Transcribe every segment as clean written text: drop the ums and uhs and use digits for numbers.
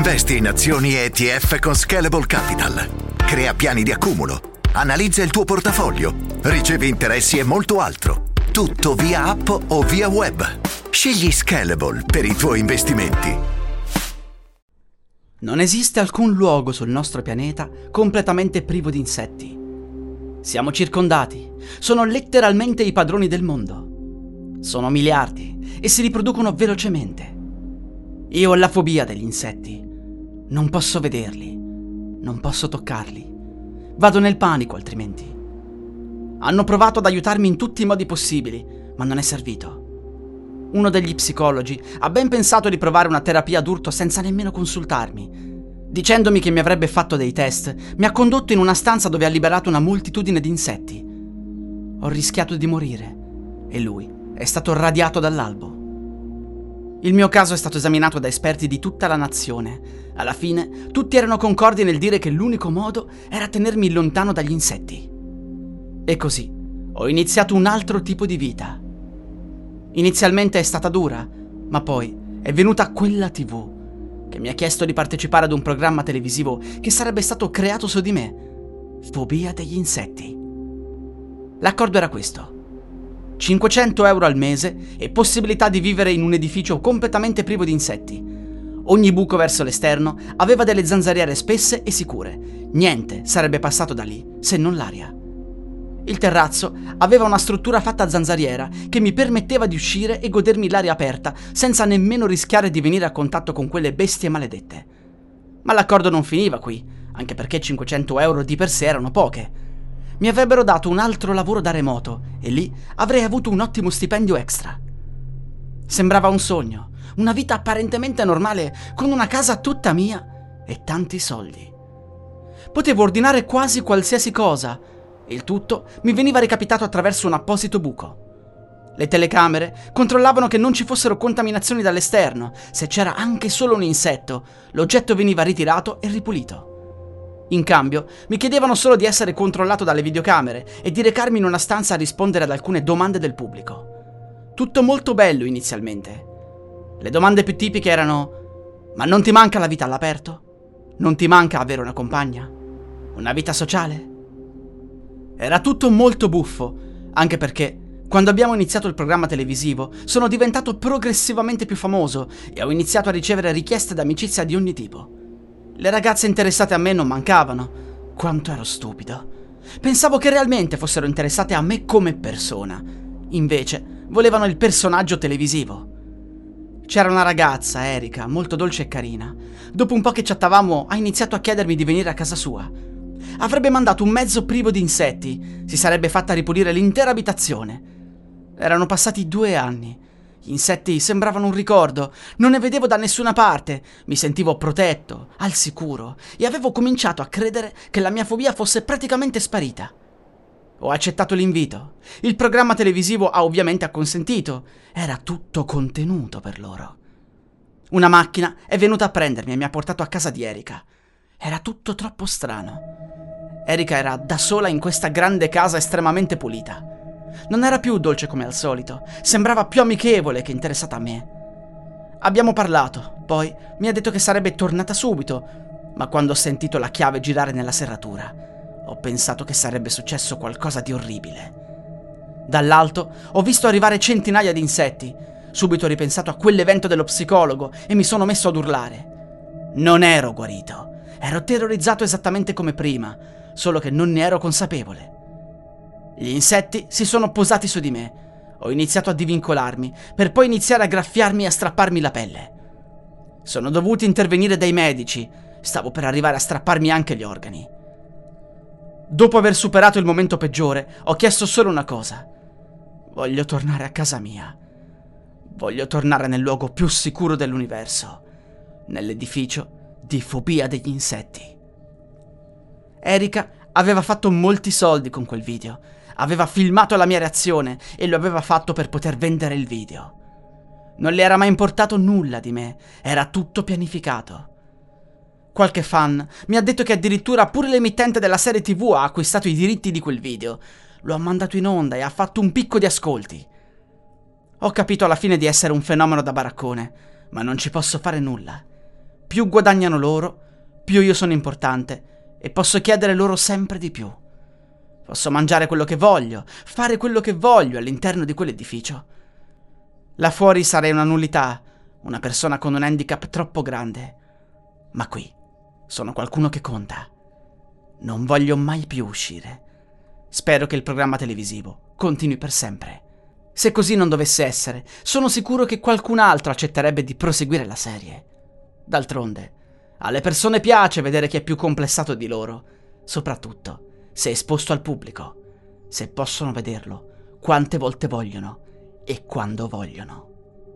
Investi in azioni ETF con Scalable Capital. Crea piani di accumulo. Analizza il tuo portafoglio. Ricevi interessi e molto altro. Tutto via app o via web. Scegli Scalable per i tuoi investimenti. Non esiste alcun luogo sul nostro pianeta completamente privo di insetti. Siamo circondati. Sono letteralmente i padroni del mondo. Sono miliardi e si riproducono velocemente. Io ho la fobia degli insetti. Non posso vederli. Non posso toccarli. Vado nel panico altrimenti. Hanno provato ad aiutarmi in tutti i modi possibili, ma non è servito. Uno degli psicologi ha ben pensato di provare una terapia d'urto senza nemmeno consultarmi. Dicendomi che mi avrebbe fatto dei test, mi ha condotto in una stanza dove ha liberato una moltitudine di insetti. Ho rischiato di morire e lui è stato radiato dall'albo. Il mio caso è stato esaminato da esperti di tutta la nazione. Alla fine, tutti erano concordi nel dire che l'unico modo era tenermi lontano dagli insetti. E così, ho iniziato un altro tipo di vita. Inizialmente è stata dura, ma poi è venuta quella TV che mi ha chiesto di partecipare ad un programma televisivo che sarebbe stato creato su di me. Fobia degli insetti. L'accordo era questo. 500 euro al mese e possibilità di vivere in un edificio completamente privo di insetti. Ogni buco verso l'esterno aveva delle zanzariere spesse e sicure. Niente sarebbe passato da lì, se non l'aria. Il terrazzo aveva una struttura fatta a zanzariera che mi permetteva di uscire e godermi l'aria aperta senza nemmeno rischiare di venire a contatto con quelle bestie maledette. Ma l'accordo non finiva qui, anche perché 500 euro di per sé erano poche. Mi avrebbero dato un altro lavoro da remoto e lì avrei avuto un ottimo stipendio extra. Sembrava un sogno, una vita apparentemente normale con una casa tutta mia e tanti soldi. Potevo ordinare quasi qualsiasi cosa. Il tutto mi veniva recapitato attraverso un apposito buco. Le telecamere controllavano che non ci fossero contaminazioni dall'esterno. Se c'era anche solo un insetto, l'oggetto veniva ritirato e ripulito. In cambio, mi chiedevano solo di essere controllato dalle videocamere e di recarmi in una stanza a rispondere ad alcune domande del pubblico. Tutto molto bello inizialmente. Le domande più tipiche erano: ma non ti manca la vita all'aperto? Non ti manca avere una compagna? Una vita sociale? Era tutto molto buffo, anche perché quando abbiamo iniziato il programma televisivo sono diventato progressivamente più famoso e ho iniziato a ricevere richieste d'amicizia di ogni tipo. Le ragazze interessate a me non mancavano. Quanto ero stupido. Pensavo che realmente fossero interessate a me come persona. Invece volevano il personaggio televisivo. C'era una ragazza, Erika, molto dolce e carina. Dopo un po' che chattavamo ha iniziato a chiedermi di venire a casa sua. Avrebbe mandato un mezzo privo di insetti. Si sarebbe fatta ripulire l'intera abitazione. Erano passati 2 anni. Gli insetti sembravano un ricordo, non ne vedevo da nessuna parte, mi sentivo protetto, al sicuro, e avevo cominciato a credere che la mia fobia fosse praticamente sparita. Ho accettato l'invito. Il programma televisivo ha ovviamente acconsentito. Era tutto contenuto per loro. Una macchina è venuta a prendermi e mi ha portato a casa di Erika. Era tutto troppo strano. Erika era da sola in questa grande casa estremamente pulita. Non era più dolce come al solito, sembrava più amichevole che interessata a me. Abbiamo parlato, poi mi ha detto che sarebbe tornata subito, ma quando ho sentito la chiave girare nella serratura, ho pensato che sarebbe successo qualcosa di orribile. Dall'alto ho visto arrivare centinaia di insetti, subito ho ripensato a quell'evento dello psicologo e mi sono messo ad urlare. Non ero guarito, ero terrorizzato esattamente come prima, solo che non ne ero consapevole. Gli insetti si sono posati su di me. Ho iniziato a divincolarmi, per poi iniziare a graffiarmi e a strapparmi la pelle. Sono dovuti intervenire dei medici. Stavo per arrivare a strapparmi anche gli organi. Dopo aver superato il momento peggiore, ho chiesto solo una cosa. Voglio tornare a casa mia. Voglio tornare nel luogo più sicuro dell'universo. Nell'edificio di Fobia degli insetti. Erika aveva fatto molti soldi con quel video. Aveva filmato la mia reazione e lo aveva fatto per poter vendere il video. Non le era mai importato nulla di me, era tutto pianificato. Qualche fan mi ha detto che addirittura pure l'emittente della serie TV ha acquistato i diritti di quel video. Lo ha mandato in onda e ha fatto un picco di ascolti. Ho capito alla fine di essere un fenomeno da baraccone, ma non ci posso fare nulla. Più guadagnano loro, più io sono importante e posso chiedere loro sempre di più. Posso mangiare quello che voglio, fare quello che voglio all'interno di quell'edificio. Là fuori sarei una nullità, una persona con un handicap troppo grande. Ma qui sono qualcuno che conta. Non voglio mai più uscire. Spero che il programma televisivo continui per sempre. Se così non dovesse essere, sono sicuro che qualcun altro accetterebbe di proseguire la serie. D'altronde, alle persone piace vedere chi è più complessato di loro, soprattutto se esposto al pubblico, se possono vederlo quante volte vogliono e quando vogliono.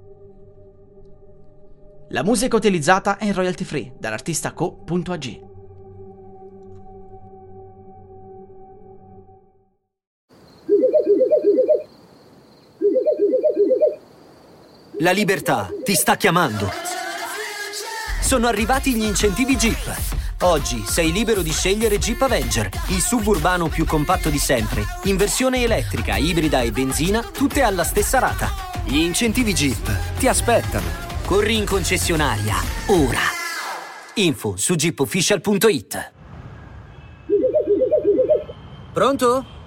La musica utilizzata è in royalty free dall'artista co.ag. La libertà ti sta chiamando. Sono arrivati gli incentivi Jeep. Oggi sei libero di scegliere Jeep Avenger, il suburbano più compatto di sempre, in versione elettrica, ibrida e benzina, tutte alla stessa rata. Gli incentivi Jeep ti aspettano. Corri in concessionaria, ora. Info su jeepofficial.it. Pronto?